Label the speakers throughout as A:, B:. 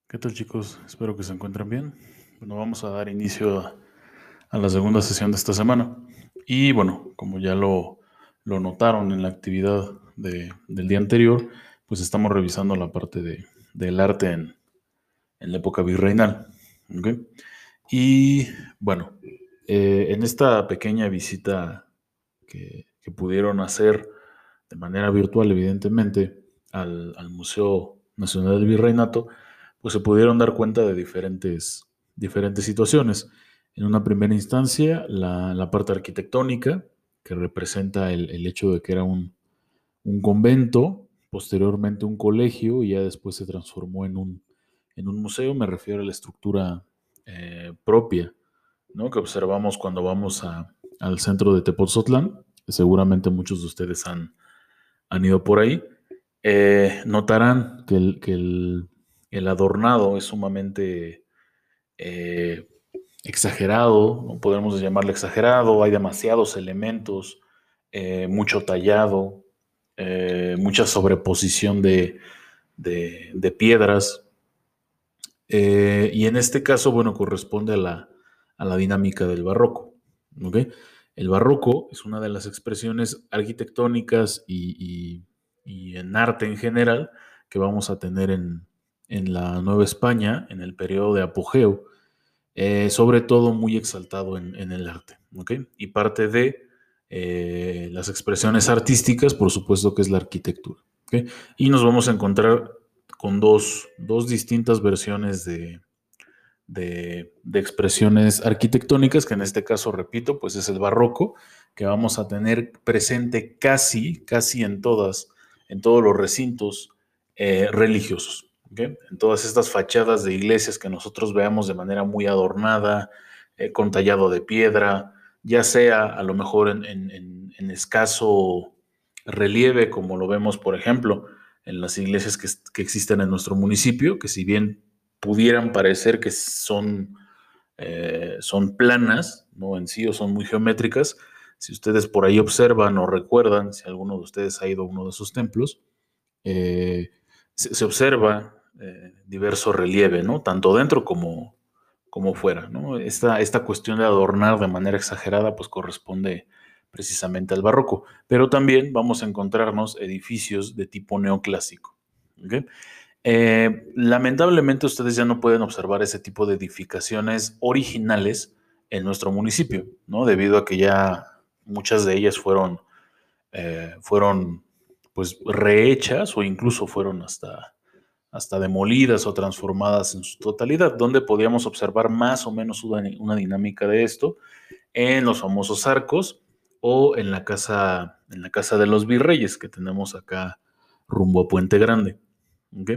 A: ¿Qué tal, chicos? Espero que se encuentren bien. Bueno, vamos a dar inicio a la segunda sesión de esta semana. Y bueno, como ya lo notaron en la actividad del día anterior, pues estamos revisando la parte del arte en la época virreinal. ¿Ok? Y bueno, en esta pequeña visita que pudieron hacer de manera virtual, evidentemente, al Museo Nacional del Virreinato, pues se pudieron dar cuenta de diferentes situaciones. En una primera instancia, la parte arquitectónica, que representa el hecho de que era un convento, posteriormente un colegio y ya después se transformó en un museo. Me refiero a la estructura propia, ¿no? Que observamos cuando vamos al centro de Tepoztlán. Seguramente muchos de ustedes han ido por ahí. Notarán que el adornado es sumamente eh, exagerado, ¿no? Podemos llamarle exagerado, hay demasiados elementos, mucho tallado, mucha sobreposición de piedras. Y en este caso, bueno, corresponde a la dinámica del barroco. ¿Ok? El barroco es una de las expresiones arquitectónicas y en arte en general que vamos a tener en la Nueva España, en el periodo de apogeo, sobre todo muy exaltado en el arte. ¿Ok? Y parte de las expresiones artísticas, por supuesto que es la arquitectura. ¿Ok? Y nos vamos a encontrar con dos distintas versiones de expresiones arquitectónicas, que en este caso, repito, pues es el barroco, que vamos a tener presente casi en todos los recintos religiosos. ¿Ok? En todas estas fachadas de iglesias que nosotros veamos de manera muy adornada, con tallado de piedra, ya sea a lo mejor en escaso relieve, como lo vemos, por ejemplo, en las iglesias que existen en nuestro municipio, que si bien pudieran parecer que son planas, ¿no? En sí, o son muy geométricas. Si ustedes por ahí observan o recuerdan, si alguno de ustedes ha ido a uno de esos templos, se observa diverso relieve, ¿no? Tanto dentro como fuera, ¿no? Esta cuestión de adornar de manera exagerada, pues corresponde precisamente al barroco, pero también vamos a encontrarnos edificios de tipo neoclásico. ¿Ok? Lamentablemente ustedes ya no pueden observar ese tipo de edificaciones originales en nuestro municipio, ¿no? Debido a que ya muchas de ellas fueron pues rehechas o incluso fueron hasta demolidas o transformadas en su totalidad, donde podíamos observar más o menos una dinámica de esto en los famosos arcos o en la casa de los virreyes que tenemos acá rumbo a Puente Grande. ¿Ok?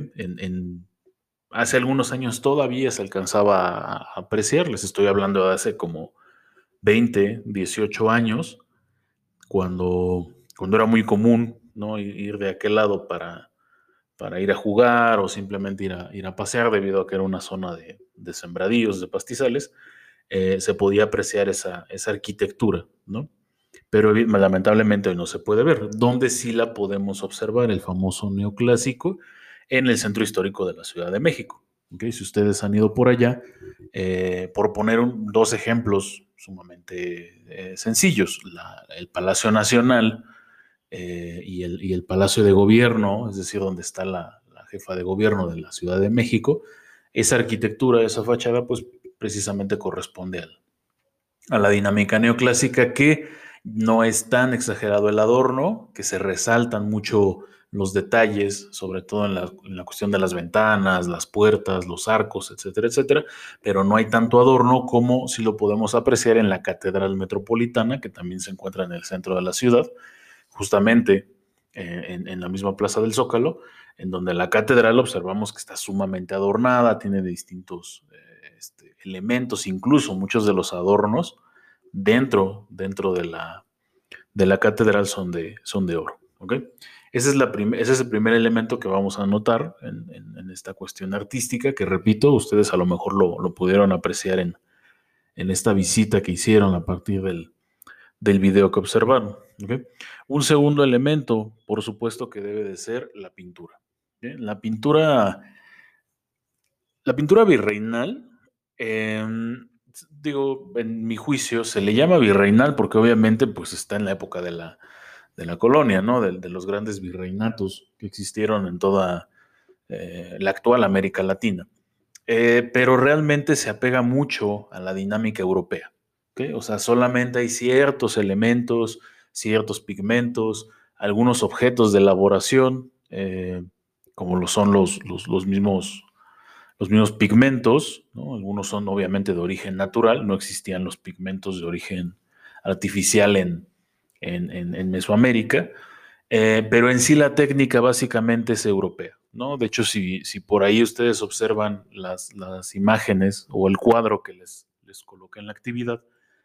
A: Hace algunos años todavía se alcanzaba a apreciar, les estoy hablando de hace como 20, 18 años, cuando era muy común, ¿no? Ir de aquel lado para ir a jugar o simplemente ir a pasear, debido a que era una zona de sembradíos, de pastizales. Se podía apreciar esa arquitectura, ¿no? Pero lamentablemente hoy no se puede ver. Donde sí la podemos observar, el famoso neoclásico, en el centro histórico de la Ciudad de México. ¿Ok? Si ustedes han ido por allá, por poner dos ejemplos sumamente sencillos, el Palacio Nacional y el Palacio de Gobierno, es decir, donde está la jefa de gobierno de la Ciudad de México, esa arquitectura, esa fachada, pues precisamente corresponde a la dinámica neoclásica, que no es tan exagerado el adorno, que se resaltan mucho los detalles, sobre todo en la cuestión de las ventanas, las puertas, los arcos, etcétera, etcétera, pero no hay tanto adorno como si lo podemos apreciar en la Catedral Metropolitana, que también se encuentra en el centro de la ciudad, justamente en la misma Plaza del Zócalo, en donde la catedral observamos que está sumamente adornada, tiene distintos elementos, incluso muchos de los adornos dentro de la catedral son de oro. ¿Ok? Ese es el primer elemento que vamos a notar en esta cuestión artística, que repito, ustedes a lo mejor lo pudieron apreciar en esta visita que hicieron a partir del video que observaron. ¿Ok? Un segundo elemento, por supuesto, que debe de ser la pintura. ¿Ok? La pintura virreinal, digo, en mi juicio se le llama virreinal porque obviamente pues está en la época de la colonia, ¿no? De los grandes virreinatos que existieron en toda la actual América Latina. Pero realmente se apega mucho a la dinámica europea. ¿Ok? O sea, solamente hay ciertos elementos, ciertos pigmentos, algunos objetos de elaboración, como lo son los mismos pigmentos, ¿no? Algunos son obviamente de origen natural, no existían los pigmentos de origen artificial en Mesoamérica, pero en sí la técnica básicamente es europea, ¿no? De hecho, si por ahí ustedes observan las imágenes o el cuadro que les coloca en la actividad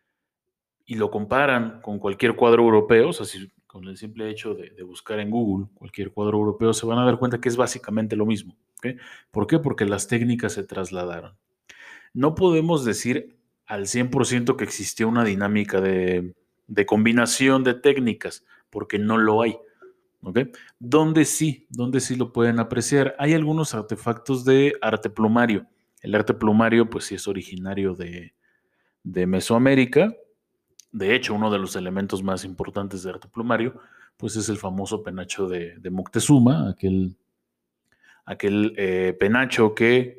A: y lo comparan con cualquier cuadro europeo, o sea, con el simple hecho de buscar en Google cualquier cuadro europeo, se van a dar cuenta que es básicamente lo mismo. ¿Ok? ¿Por qué? Porque las técnicas se trasladaron. No podemos decir al 100% que existió una dinámica de combinación de técnicas, porque no lo hay. ¿Ok? Donde sí lo pueden apreciar. Hay algunos artefactos de arte plumario. El arte plumario, pues sí es originario de Mesoamérica. De hecho, uno de los elementos más importantes de arte plumario, pues es el famoso penacho de Moctezuma, aquel penacho que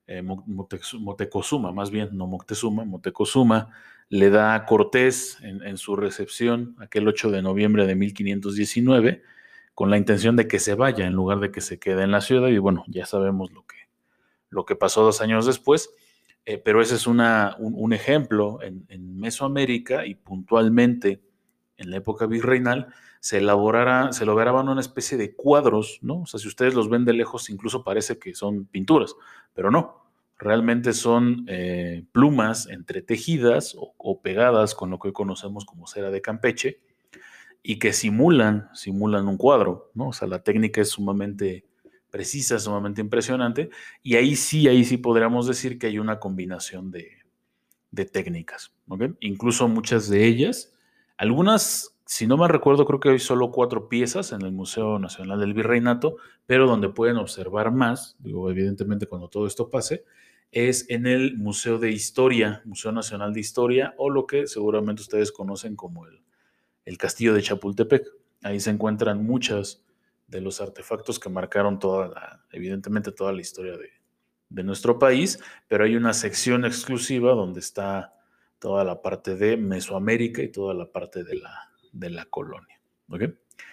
A: Motecozuma, más bien, no Moctezuma, Motecozuma le da a Cortés en su recepción aquel 8 de noviembre de 1519 con la intención de que se vaya en lugar de que se quede en la ciudad y bueno, ya sabemos lo que pasó 2 años después, pero ese es un ejemplo en Mesoamérica y puntualmente en la época virreinal se elaboraban una especie de cuadros, ¿no? O sea, si ustedes los ven de lejos, incluso parece que son pinturas, pero no, realmente son plumas entretejidas o pegadas con lo que hoy conocemos como cera de Campeche y que simulan un cuadro, ¿no? O sea, la técnica es sumamente precisa, sumamente impresionante, y ahí sí podríamos decir que hay una combinación de técnicas, ¿ok? Incluso muchas de ellas, algunas, si no me recuerdo, creo que hay solo 4 piezas en el Museo Nacional del Virreinato, pero donde pueden observar más, digo, evidentemente cuando todo esto pase, es en el Museo de Historia, Museo Nacional de Historia, o lo que seguramente ustedes conocen como el Castillo de Chapultepec. Ahí se encuentran muchas de los artefactos que marcaron evidentemente toda la historia de nuestro país, pero hay una sección exclusiva donde está toda la parte de Mesoamérica y toda la parte de la colonia. ¿Ok?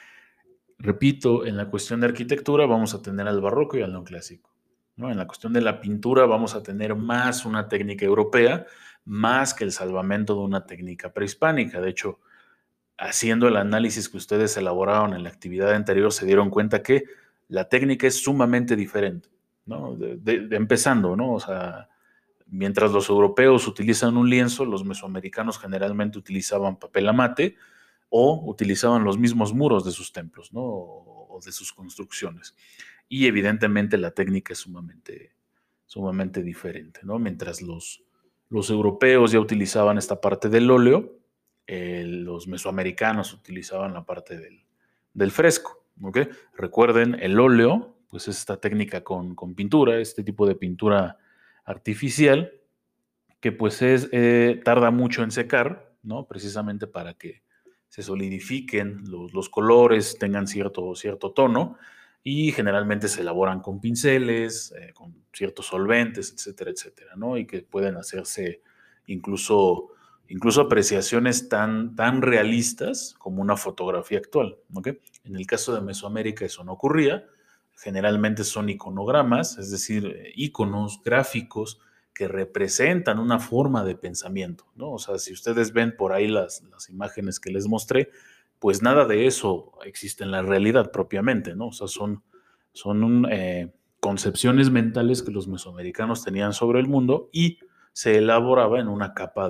A: Repito, en la cuestión de arquitectura vamos a tener al barroco y al neoclásico, ¿no? En la cuestión de la pintura vamos a tener más una técnica europea, más que el salvamento de una técnica prehispánica. De hecho, haciendo el análisis que ustedes elaboraron en la actividad anterior, se dieron cuenta que la técnica es sumamente diferente, ¿no? Empezando, ¿no? O sea, mientras los europeos utilizan un lienzo, los mesoamericanos generalmente utilizaban papel amate o utilizaban los mismos muros de sus templos, ¿no? O de sus construcciones. Y evidentemente la técnica es sumamente diferente, ¿no? Mientras los europeos ya utilizaban esta parte del óleo, los mesoamericanos utilizaban la parte del fresco, ¿ok? Recuerden, el óleo, pues es esta técnica con pintura, este tipo de pintura artificial, que pues tarda mucho en secar, ¿no? Precisamente para que se solidifiquen los colores, tengan cierto tono, y generalmente se elaboran con pinceles, con ciertos solventes, etcétera, etcétera, ¿no? Y que pueden hacerse incluso apreciaciones tan realistas como una fotografía actual, ¿ok? En el caso de Mesoamérica eso no ocurría, generalmente son iconogramas, es decir, iconos gráficos que representan una forma de pensamiento, ¿no? O sea, si ustedes ven por ahí las imágenes que les mostré, pues nada de eso existe en la realidad propiamente, ¿no? O sea, son concepciones mentales que los mesoamericanos tenían sobre el mundo y se elaboraba en una capa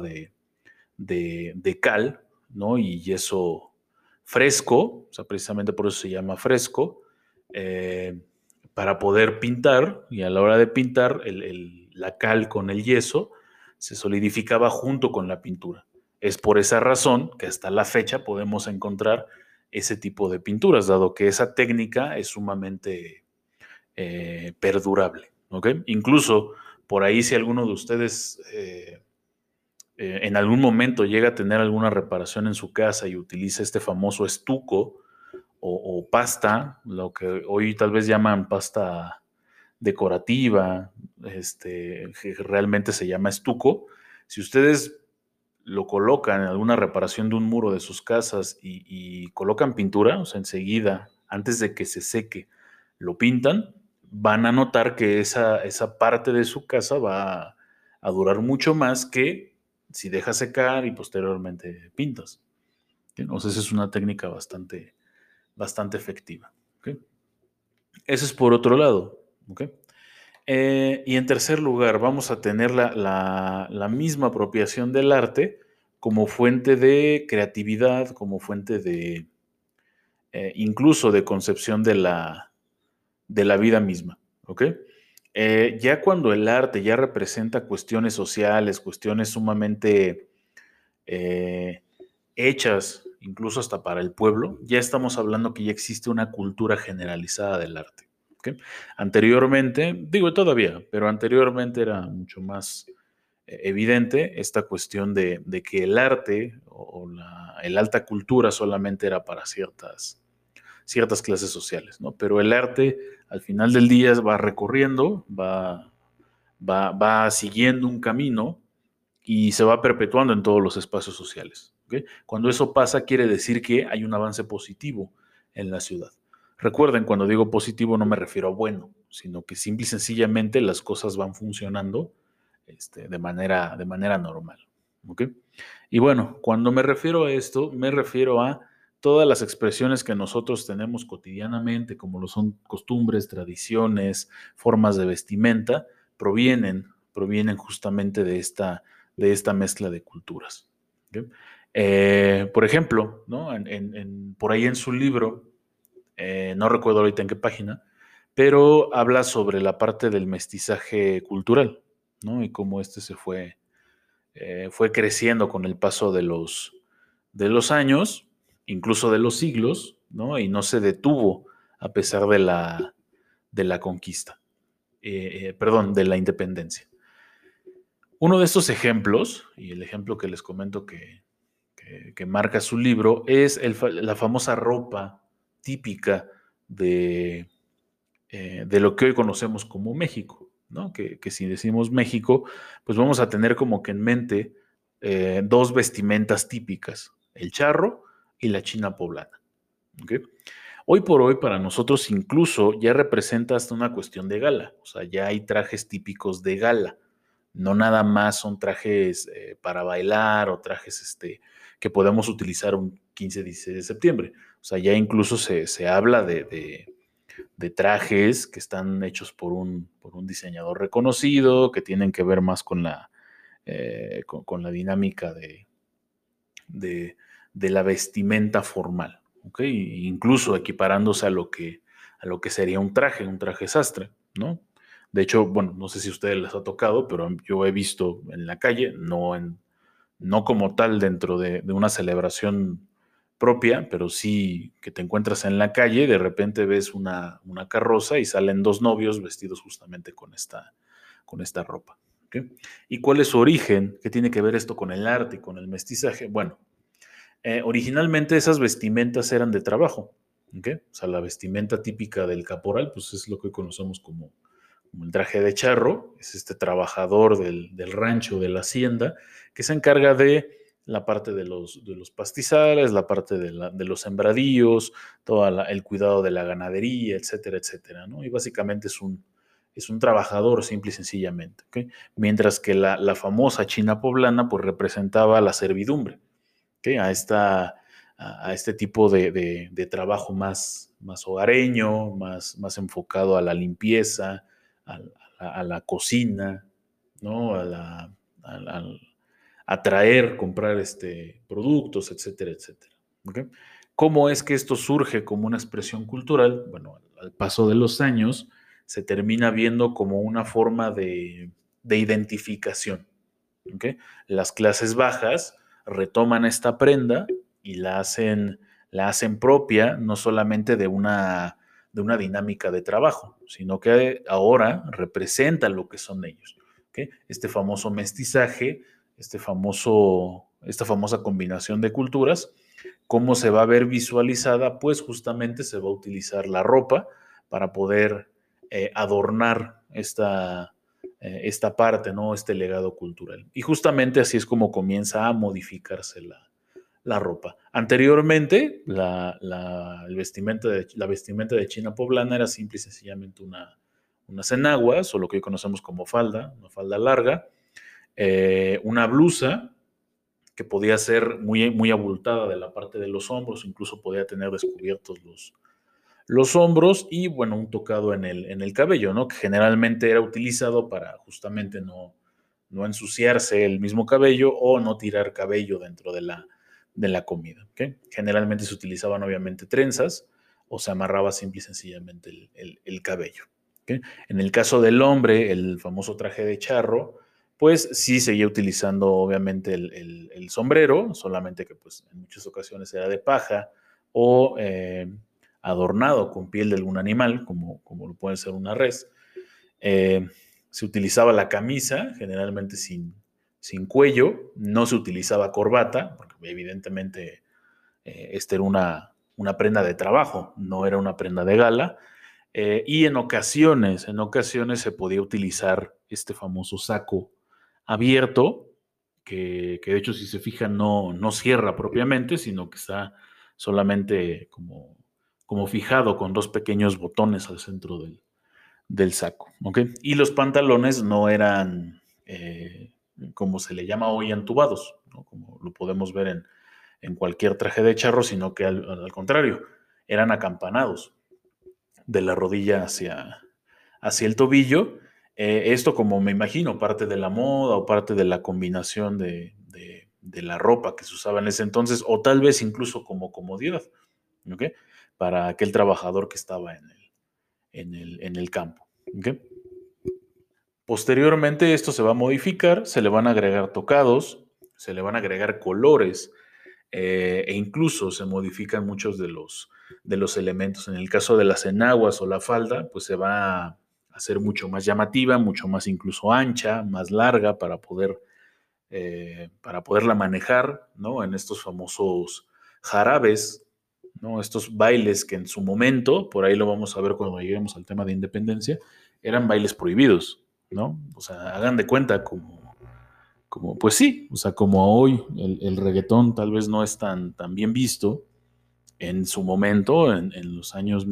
A: de cal, ¿no? Y yeso fresco, o sea, precisamente por eso se llama fresco, eh, para poder pintar, y a la hora de pintar, la cal con el yeso se solidificaba junto con la pintura. Es por esa razón que hasta la fecha podemos encontrar ese tipo de pinturas, dado que esa técnica es sumamente perdurable. ¿Ok? Incluso Por ahí, si alguno de ustedes en algún momento llega a tener alguna reparación en su casa y utiliza este famoso estuco o pasta, lo que hoy tal vez llaman pasta decorativa, que realmente se llama estuco. Si ustedes lo colocan en alguna reparación de un muro de sus casas y colocan pintura, o sea, enseguida, antes de que se seque, lo pintan, van a notar que esa parte de su casa va a durar mucho más que si dejas secar y posteriormente pintas. Entonces es una técnica bastante efectiva. ¿Ok? Ese es por otro lado. ¿Ok? Y en tercer lugar, vamos a tener la misma apropiación del arte como fuente de creatividad, como fuente de incluso de concepción de la vida misma. ¿Ok? Ya cuando el arte ya representa cuestiones sociales, cuestiones sumamente eh, hechas, incluso hasta para el pueblo, ya estamos hablando que ya existe una cultura generalizada del arte. ¿Ok? Anteriormente, digo todavía, pero anteriormente era mucho más evidente esta cuestión de que el arte el alta cultura solamente era para ciertas clases sociales, ¿no? Pero el arte al final del día va recorriendo, va siguiendo un camino y se va perpetuando en todos los espacios sociales. ¿Ok? Cuando eso pasa, quiere decir que hay un avance positivo en la ciudad. Recuerden, cuando digo positivo no me refiero a bueno, sino que simple y sencillamente las cosas van funcionando de manera normal. ¿Ok? Y bueno, cuando me refiero a esto, me refiero a todas las expresiones que nosotros tenemos cotidianamente, como lo son costumbres, tradiciones, formas de vestimenta, provienen justamente de esta mezcla de culturas. ¿Ok? Por ejemplo, ¿no? Por ahí en su libro, no recuerdo ahorita en qué página, pero habla sobre la parte del mestizaje cultural, ¿no? Y cómo este fue creciendo con el paso de los años, incluso de los siglos, ¿no? Y no se detuvo a pesar de la conquista, perdón, de la independencia. Uno de estos ejemplos, y el ejemplo que les comento que marca su libro, es la famosa ropa típica de lo que hoy conocemos como México, ¿no? Que si decimos México, pues vamos a tener como que en mente dos vestimentas típicas, el charro y la china poblana. ¿Ok? Hoy por hoy para nosotros incluso ya representa hasta una cuestión de gala, o sea, ya hay trajes típicos de gala, no nada más son trajes para bailar o trajes que podemos utilizar un 15, 16 de septiembre, o sea, ya incluso se habla de trajes que están hechos por un diseñador reconocido, que tienen que ver más con la dinámica de, de la vestimenta formal, ¿ok? Incluso equiparándose a lo que sería un traje sastre, ¿no? De hecho, bueno, no sé si a ustedes les ha tocado, pero yo he visto en la calle, no como tal dentro de una celebración propia, pero sí que te encuentras en la calle, de repente ves una carroza y salen dos novios vestidos justamente con esta ropa. ¿Ok? ¿Y cuál es su origen? ¿Qué tiene que ver esto con el arte y con el mestizaje? Bueno, originalmente esas vestimentas eran de trabajo. ¿Ok? O sea, la vestimenta típica del caporal, pues es lo que hoy conocemos como el traje de charro, es este trabajador del rancho, de la hacienda, que se encarga de la parte de los pastizales, la parte de los sembradíos, todo el cuidado de la ganadería, etcétera, etcétera, ¿no? Y básicamente es un trabajador, simple y sencillamente, ¿ok? Mientras que la famosa china poblana, pues representaba la servidumbre, ¿ok? A este tipo de trabajo más hogareño, más enfocado a la limpieza, a la cocina, ¿no? A traer, comprar productos, etcétera, etcétera. ¿Ok? ¿Cómo es que esto surge como una expresión cultural? Bueno, al paso de los años se termina viendo como una forma de identificación. ¿Ok? Las clases bajas retoman esta prenda y la hacen propia, no solamente de una dinámica de trabajo, sino que ahora representa lo que son ellos. ¿ok? Este famoso mestizaje, esta famosa combinación de culturas, ¿cómo se va a ver visualizada? Pues justamente se va a utilizar la ropa para poder adornar esta parte, ¿no? Este legado cultural. Y justamente así es como comienza a modificarse la ropa. Anteriormente, la vestimenta de China poblana era simple y sencillamente unas enaguas, o lo que hoy conocemos como falda, una falda larga, una blusa que podía ser muy, muy abultada de la parte de los hombros, incluso podía tener descubiertos los hombros y, bueno, un tocado en el cabello, ¿no? Que generalmente era utilizado para justamente no ensuciarse el mismo cabello o no tirar cabello dentro de la comida, ¿ok? Generalmente se utilizaban obviamente trenzas o se amarraba simple y sencillamente el cabello, ¿ok? En el caso del hombre, el famoso traje de charro, pues sí seguía utilizando obviamente el sombrero, solamente que pues en muchas ocasiones era de paja o adornado con piel de algún animal, como lo puede ser una res. Eh, Se utilizaba la camisa, generalmente sin cuello, no se utilizaba corbata, porque evidentemente esta era una prenda de trabajo, no era una prenda de gala. Y en ocasiones se podía utilizar este famoso saco abierto, que de hecho si se fijan no cierra propiamente, sino que está solamente como fijado con dos pequeños botones al centro del saco, ¿ok? Y los pantalones no eran, como se le llama hoy, entubados, ¿no? Como lo podemos ver en cualquier traje de charro, sino que al contrario, eran acampanados de la rodilla hacia el tobillo. Esto, como me imagino, parte de la moda o parte de la combinación de la ropa que se usaba en ese entonces, o tal vez incluso como comodidad, ¿ok? Para aquel trabajador que estaba en el campo, ¿ok? Posteriormente esto se va a modificar, se le van a agregar tocados, se le van a agregar colores, e incluso se modifican muchos de los elementos. En el caso de las enaguas o la falda, pues se va a hacer mucho más llamativa, mucho más incluso ancha, más larga para poderla manejar, ¿no? En estos famosos jarabes, ¿no? Estos bailes que en su momento, por ahí lo vamos a ver cuando lleguemos al tema de independencia, eran bailes prohibidos, ¿no? O sea, hagan de cuenta pues sí, o sea, como hoy el reggaetón tal vez no es tan bien visto, en su momento, en los años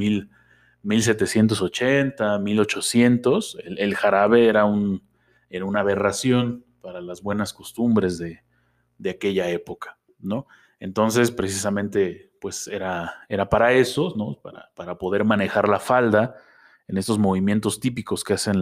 A: 1780, 1800, el jarabe era una aberración para las buenas costumbres de aquella época, ¿no? Entonces, precisamente, pues era para eso, ¿no? Para poder manejar la falda en estos movimientos típicos que hacen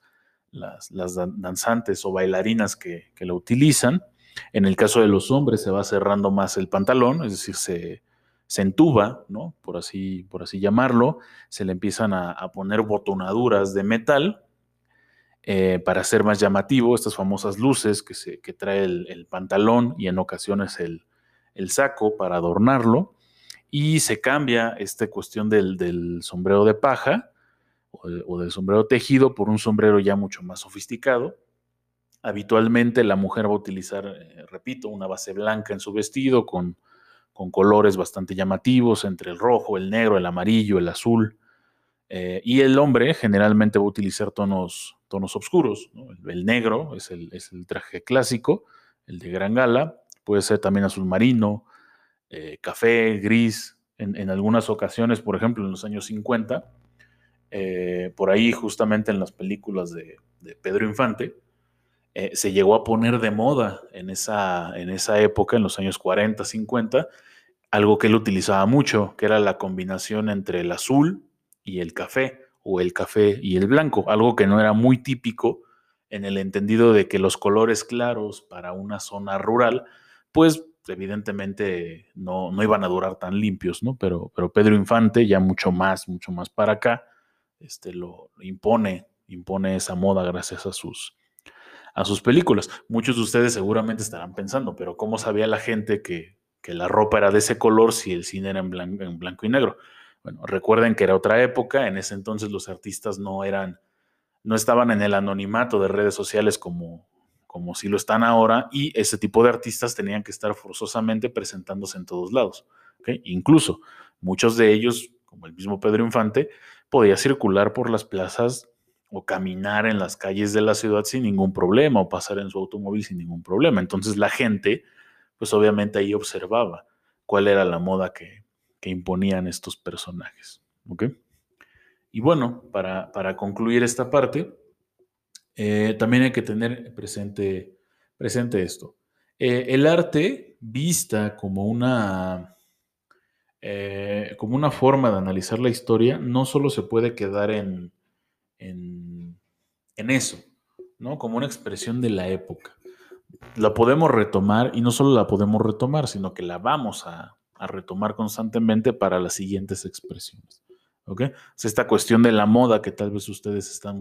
A: las danzantes o bailarinas que la utilizan. En el caso de los hombres se va cerrando más el pantalón, es decir, se entuba, ¿no? Por así llamarlo, se le empiezan a poner botonaduras de metal para hacer más llamativo, estas famosas luces que trae el pantalón y en ocasiones el saco para adornarlo, y se cambia esta cuestión del sombrero de paja o del sombrero tejido por un sombrero ya mucho más sofisticado. Habitualmente la mujer va a utilizar, repito, una base blanca en su vestido con colores bastante llamativos entre el rojo, el negro, el amarillo, el azul. Y el hombre generalmente va a utilizar tonos oscuros, ¿no? El negro es el traje clásico, el de gran gala. Puede ser también azul marino, café, gris. En algunas ocasiones, por ejemplo, en los años 50, por ahí justamente en las películas de Pedro Infante, se llegó a poner de moda en esa época, en los años 40, 50, algo que él utilizaba mucho, que era la combinación entre el azul y el café, o el café y el blanco, algo que no era muy típico en el entendido de que los colores claros para una zona rural, pues evidentemente no iban a durar tan limpios, ¿no? Pero Pedro Infante, ya mucho más para acá, lo impone esa moda gracias a sus películas. Muchos de ustedes seguramente estarán pensando, pero ¿cómo sabía la gente que la ropa era de ese color si el cine era en blanco y negro? Bueno, recuerden que era otra época, en ese entonces los artistas no eran no estaban en el anonimato de redes sociales como si lo están ahora, y ese tipo de artistas tenían que estar forzosamente presentándose en todos lados. ¿Ok? Incluso muchos de ellos, como el mismo Pedro Infante, podía circular por las plazas o caminar en las calles de la ciudad sin ningún problema o pasar en su automóvil sin ningún problema. Entonces la gente, pues obviamente ahí observaba cuál era la moda que imponían estos personajes. ¿Ok? Y bueno, para concluir esta parte, también hay que tener presente esto. El arte vista como una forma de analizar la historia no solo se puede quedar en, en eso, ¿no? Como una expresión de la época. La podemos retomar y no solo la podemos retomar, sino que la vamos a retomar constantemente para las siguientes expresiones. ¿Ok? O sea, esta cuestión de la moda que tal vez ustedes están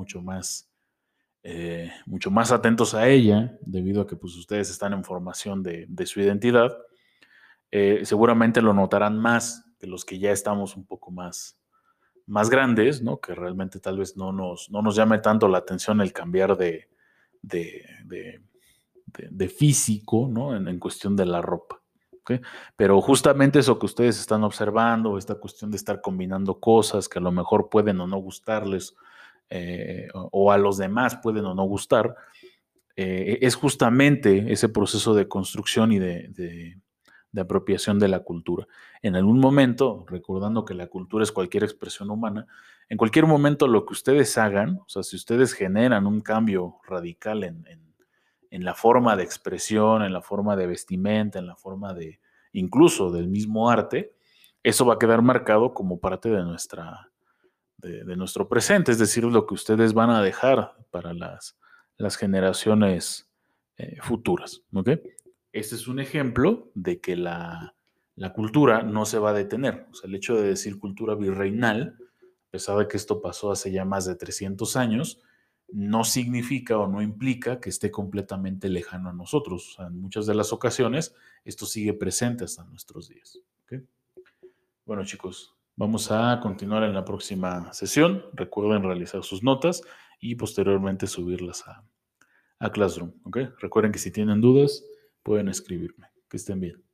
A: mucho más atentos a ella, debido a que pues, ustedes están en formación de su identidad, seguramente lo notarán más que los que ya estamos un poco más grandes, ¿no? Que realmente tal vez no nos llame tanto la atención el cambiar de, de- de físico, ¿no? En cuestión de la ropa. ¿Ok? Pero justamente eso que ustedes están observando, esta cuestión de estar combinando cosas que a lo mejor pueden o no gustarles, o a los demás pueden o no gustar, es justamente ese proceso de construcción y de apropiación de la cultura. En algún momento, recordando que la cultura es cualquier expresión humana, en cualquier momento lo que ustedes hagan, o sea, si ustedes generan un cambio radical en la forma de expresión, en la forma de vestimenta, en la forma de incluso del mismo arte, eso va a quedar marcado como parte de nuestro presente, es decir, lo que ustedes van a dejar para las generaciones futuras. ¿Ok? Este es un ejemplo de que la cultura no se va a detener. O sea, el hecho de decir cultura virreinal, a pesar de que esto pasó hace ya más de 300 años, no significa o no implica que esté completamente lejano a nosotros. O sea, en muchas de las ocasiones esto sigue presente hasta nuestros días. ¿Ok? Bueno, chicos, vamos a continuar en la próxima sesión. Recuerden realizar sus notas y posteriormente subirlas a Classroom. ¿Ok? Recuerden que si tienen dudas, pueden escribirme. Que estén bien.